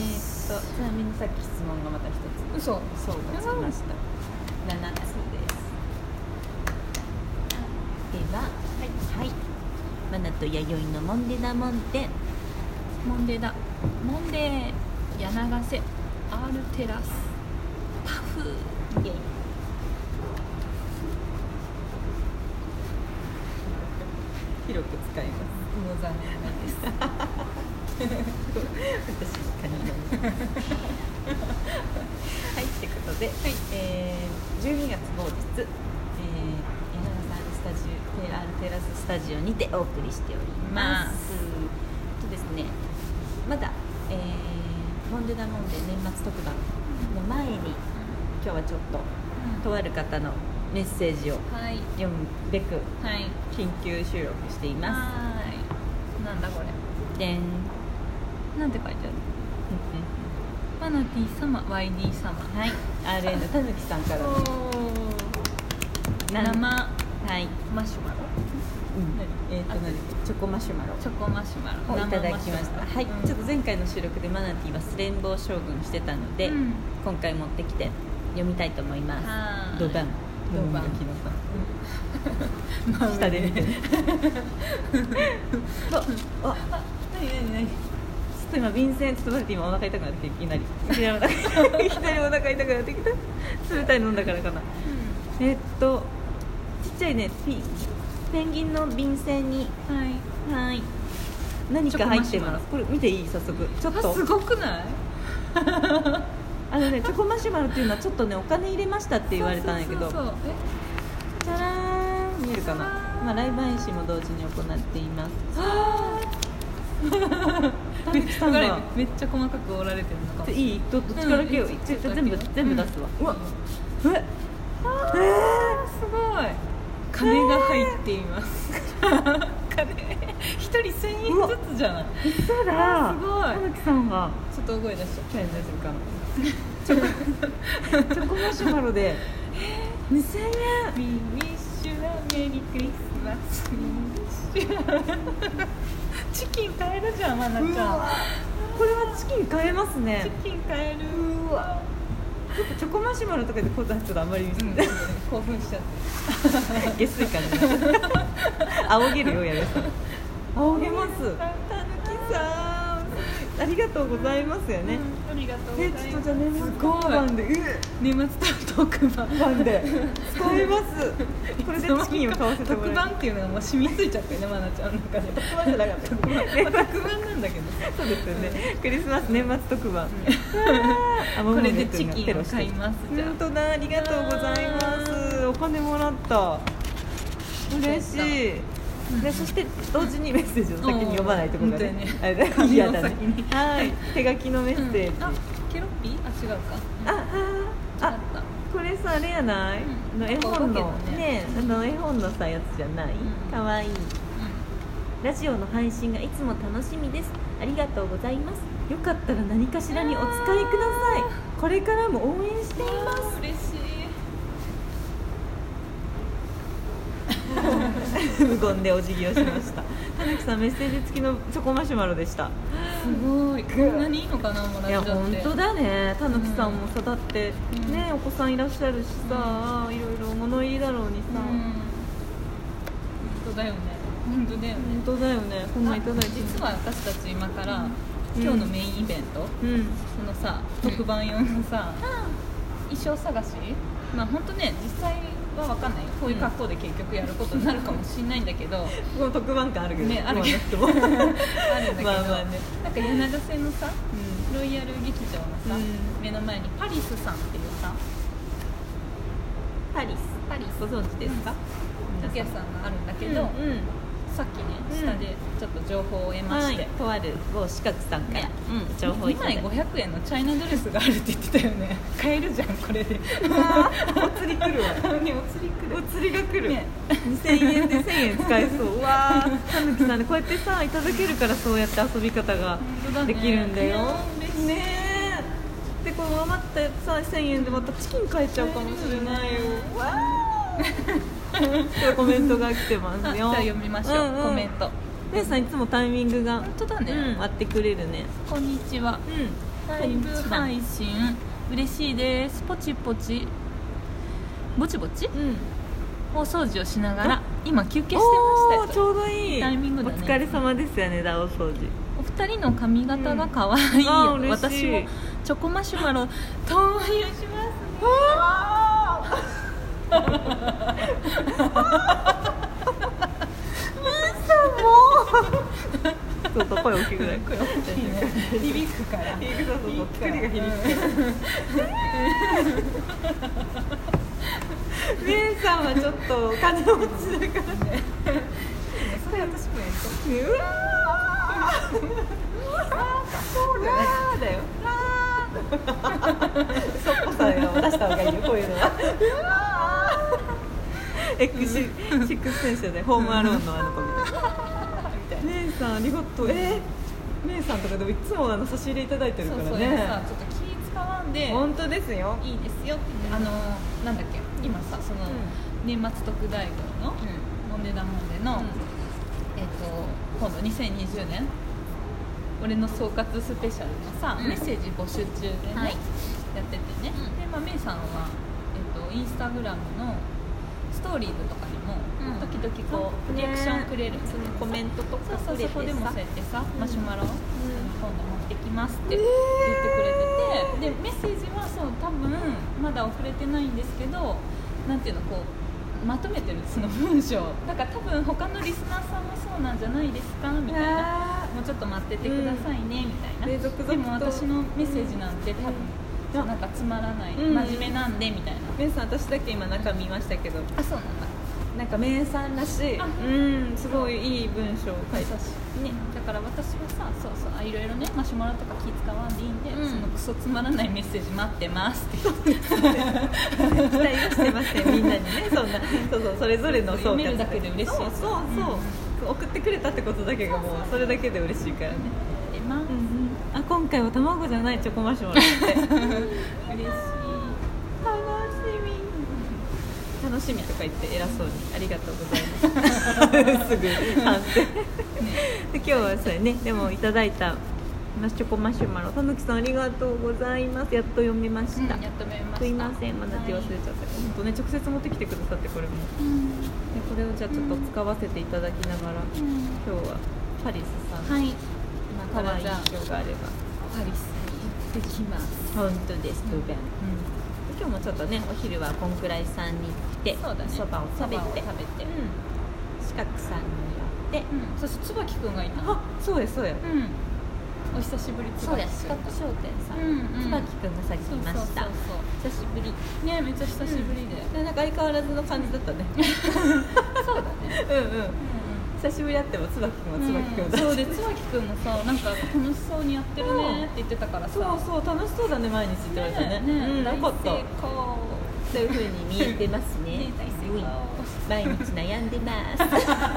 ちなみにさっき質問がまた一つ嘘そうがつきました7つです。でははい、マナと弥生のモンデダモンデモンデだモンデ柳瀬アールテラスパフイエイ広く使います。 もう残念なんです私カニのはいってことで、12月某日、柳さんスタジオアルテラススタジオにてお送りしております。とですね、まだ、モンデダモンデ年末特番の前に、今日はちょっと、とある方のメッセージを読むべく、緊急収録しています。 なんだこれでんなんて書いてあるマナティ様 YD 様はい RN たぬきさんから生はいマシュマロチョコマシュマロチョコマシュマロをいただきました。はい、ちょっと前回の収録でマナティ忘れん坊将軍してたので、今回持ってきて読みたいと思います。ドバンドバン下で見てあ、何ちょっと今便箋ちょっと待って、今お腹痛くなってきていきなりいきなりお腹痛くなってきた。冷たいの飲んだからかな。ちっちゃいねペンギンの便箋にはい何か入ってます。これ見ていい？早速ちょっとすごくない？ チョコマシュマロっていうのはちょっとねお金入れましたって言われたんやけど、じゃらーん見えるかな。ライブ配信も同時に行っています。 めっちゃ細かく折られてるのかも。 いい？どっちからけよ。全部出すわ。うわ、すごい。 金が入っています金一人1000円ずつじゃない？ そうだ。すごい。たぬきさんがちょっと大声出しちゃう。 チョコマシュマロで2000円。ウィッシュなメリークリスマス。チキン買えるじゃん、まなちゃん。 これはチキン買えますね。 チキン買える。 うわ、チョコマシュマロとかでこう出すとあんまり見せない、 興奮しちゃって下水感じ仰げるよ、やるさん仰げます。たぬきさんありがとうございますよね。 ありがとうございます。 ちょっとじゃあ年末特番で年末特番で使います。これでチキンを買わせてもらいます。 特番っていうのがもう染みついちゃってね、まなちゃんの中で。 特番じゃなかった特番なんだけど。 そうですよね、クリスマス年末特番、 これでチキンを買います。じゃあ本当だ、ありがとうございます。お金もらった、嬉しい。でそして同時にメッセージを先に読まないところがね、嫌だね。はい、手書きのメッセージ。 ケロッピー？違うか。 これさ、あれやない？絵本のね、絵本のさやつじゃない？可愛い。ラジオの配信がいつも楽しみです。ありがとうございます。よかったら何かしらにお使いください。これからも応援しています。 嬉しい。 無言でお辞儀をしました。たぬきさん、メッセージ付きのチョコマシュマロでした。 すごい。こんなにいいのかな、もらっちゃって。 いや本当だね。たぬきさんもさ、だってね、お子さんいらっしゃるしさ、いろいろ物入りだろうにさ。 本当だよね。本当だよね。 本当だよね。こんなんいただいて。 実は私たち今から今日のメインイベント、そのさ特番用のさ衣装探し、まあ本当ね、実際は分かんないよ。こういう格好で結局やることになるかもしれないんだけど、 この特番感あるけどね、あるけどあるんだけど、なんか柳ヶ瀬のさ、ロイヤル劇場のさ、目の前にパリスさんっていうさ、 パリスご存知ですか？ 竹谷さんがあるんだけど、さっきね、下でちょっと情報を得まして、 とある某資格さんから情報いただいて、 2枚500円のチャイナドレスがあるって言ってたよね。買えるじゃん、これで。 お釣り来るわね。お釣りが来る、ね、2000円で1000円使えそう。うわー、たぬきさんね、こうやってさいただけるから、そうやって遊び方ができるんだよね。で、この余ったさ1000円でまたチキン買えちゃうかもしれないよ。わーコメントが来てますよ。 じゃあ読みましょう、コメント。 姉さんいつもタイミングが本当だね、 合ってくれるね。 こんにちは、 ライブ配信嬉しいです。ポチポチぼちぼち、お掃除をしながら今休憩してましたよ。 ちょうどいいタイミングだね。 お疲れ様ですよね、大掃除。 お二人の髪型が可愛い、私もチョコマシュマロ投入しますね。 そうそう、声大きくない。 声大きいね。響くから。 そうそうそう、作りが響く。姉さんはちょっと金持ちだからね。 それ私もやると。 うわーだよ。そっぽさを出した方がいいよ、こういうのは。X6 選手でホームアローンのあの子みたいな。姉さんありがとう。姉さんとかでもいつも差し入れいただいてるからね。 そうさ、ちょっと気使わんで本当ですよ、 いいですよって言って、なんだっけ、今さ、その、年末特大号の、モンデダモンデの、今度2020年俺の総括スペシャルのさ、メッセージ募集中でね、やっててね、で、メイさんは、インスタグラムのストーリーズとかにも時々こうリアクションくれる、そのコメントとかくれてさ、 そこでもそうやってさ、マシュマロ、今度持ってきますって言ってくれてて、でメッセージはそう多分まだ送れてないんですけど、なんていうの、こうまとめてるその文章だから、多分他のリスナーさんもそうなんじゃないですかみたいな、もうちょっと待っててくださいねみたいな、でも私のメッセージなんて多分なんかつまらない、真面目なんでみたいな。 メイさん、私だけ今中見ましたけど、 あ、そうなんだ。 なんかメイさんらしい、すごいいい文章を書いたし、 ね、だから私はさ、そうそう、いろいろね、マシュマロとか気使わんでいいんで、そのクソつまらないメッセージ待ってますって期待してますね、みんなにね。そんな、そうそれぞれの読めるだけで嬉しい。 そう、送ってくれたってことだけがもうそれだけで嬉しいからね。今回は卵じゃないチョコマシュマロって嬉しい。楽しみとか言って偉そうにありがとうございますすぐ反省で、今日はそれね、でもいただいたチョコマシュマロ、たぬきさんありがとうございます。やっと読めました、 やっと読めました。 すいません、まだ手忘れちゃったけど、本当ね、直接持ってきてくださって、これも、でこれをじゃあちょっと使わせていただきながら、今日はパリスさん、今可愛い印象があればパリスに行ってきます。 本当です、今日もちょっとね、お昼はこんくらいさんに来て、そばを食べて、四角さんに寄って、 そして椿くんがいた。 あ、そうやそうや、 お久しぶり。 そうや、四角商店さん、椿くんが先にいました。久しぶりね、めっちゃ久しぶりで、 なんか相変わらずの感じだったね。 そうだね。 久しぶり会っても椿くんは椿くんだ。 そうで、椿くんもさ、なんか楽しそうにやってるねって言ってたからさ、 そう楽しそうだね毎日って言われたね。よかった。そういう風に見えてますね。毎日悩んでます。そん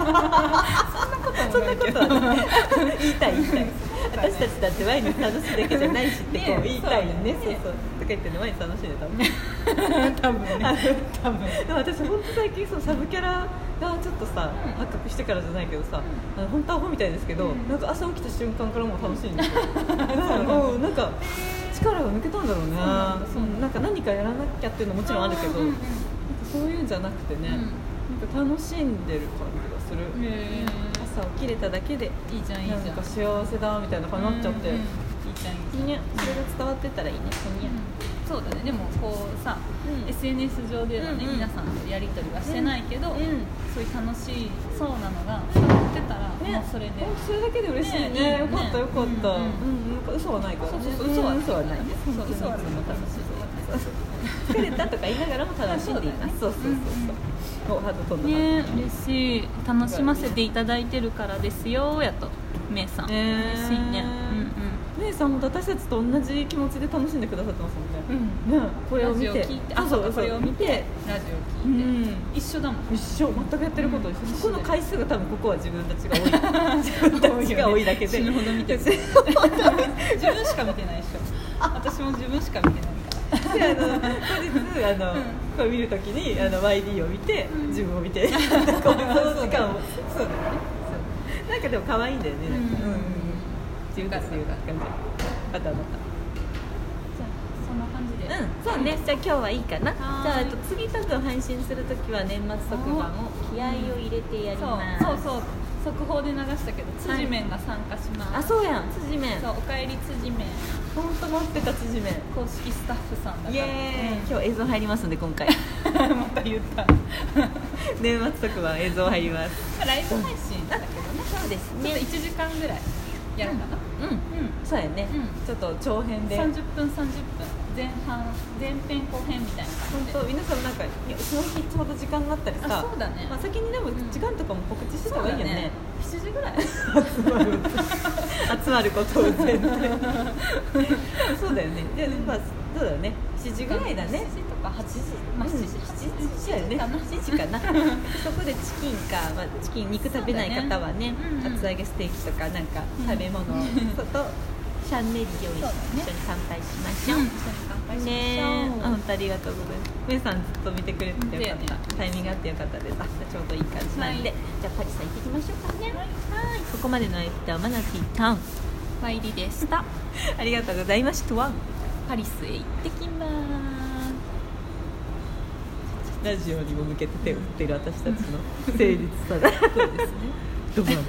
なことはない。言いたい。私たちだって毎日楽しいだけじゃないしってこう言いたいよね。そうとか言ってるの毎日楽しいね多分ね。でも私本当最近サブキャラがちょっとさ、発覚してからじゃないけどさ、本当アホみたいですけど、なんか朝起きた瞬間からもう楽しいんですよ。なんか力が抜けたんだろうね。なんか何かやらなきゃっていうのももちろんあるけど、なんかそういうんじゃなくてね、なんか楽しんでる感じがする。朝起きれただけでいいじゃん、なんか幸せだみたいな感じになっちゃって、いいじゃんね。それが伝わってたらいいね。 そうだね。でもこうさ、SNS 上ではね、皆さんとやり取りはしてないけど、そういう楽しいそうなのが伝わってたら、もうそれでそれだけで嬉しいね。よかったよかった。嘘はないからね。嘘はない。嘘は楽しい。疲れたとか言いながらも楽しんでいます。そうハート飛んだね。嬉しい。楽しませていただいてるからですよやと、めいさん。嬉しいね。 めいさんも私たちと同じ気持ちで楽しんでくださってますもんね。これを見て、 これを見て、ラジオ聞いて、一緒だもん。 一緒、全くやってること一緒。そこの回数が多分ここは自分たちが多い。自分たちが多いだけで。 死ぬほど見てる。自分しか見てないでしょ。私も自分しか見てない。 後日これ見るときにYD を見て、自分を見て、その時間をそうだよね。なんかでも可愛いんだよね。自分たちの感じ。またんな感じで。 そうね。じゃあ今日はいいかな。 はじゃあーい次多分配信するときは年末特番を気合を入れてやります。 そう速報で流したけど辻面が参加します。 あ、そうやん。辻面。 そう、おかえり辻面本当待ってた辻面。 公式スタッフさんだから。 イエーイ。今日映像入りますんで今回また言った年末特番映像入ります。 ライブ配信だけどね。 そうですちょっと1時間ぐらいやるかな。 そうやね。ちょっと長編で。 30分前編後編みたいな感じで。 本当皆さんなんかその日ちょうど時間があったりさ。 あ、そうだね。 まあ先にでも時間とかも告知してた方がいいよね。 7時ぐらい集まることを前提そうだよね。でまあそうだよね。7時ぐらいだね。 7時とか8時、まあ7時だよね。7時かな。そこでチキンか、まあチキン肉食べない方はね、厚揚げステーキとかなんか食べ物とシャンネリを一緒に乾杯しましょう。 一緒に乾杯しましょう。 ねえ、本当ありがとうございます。皆さんずっと見てくれててよかった。タイミングがあってよかったです。ちょうどいい感じなんで、じゃあパリさん行ってきましょうかね。はい。ここまでの相手はマナティタウンファイリでした。 ありがとうございました。 パリスへ行ってきます。 ラジオにも向けて手を振っている私たちの誠実さがそうですね。 ドバン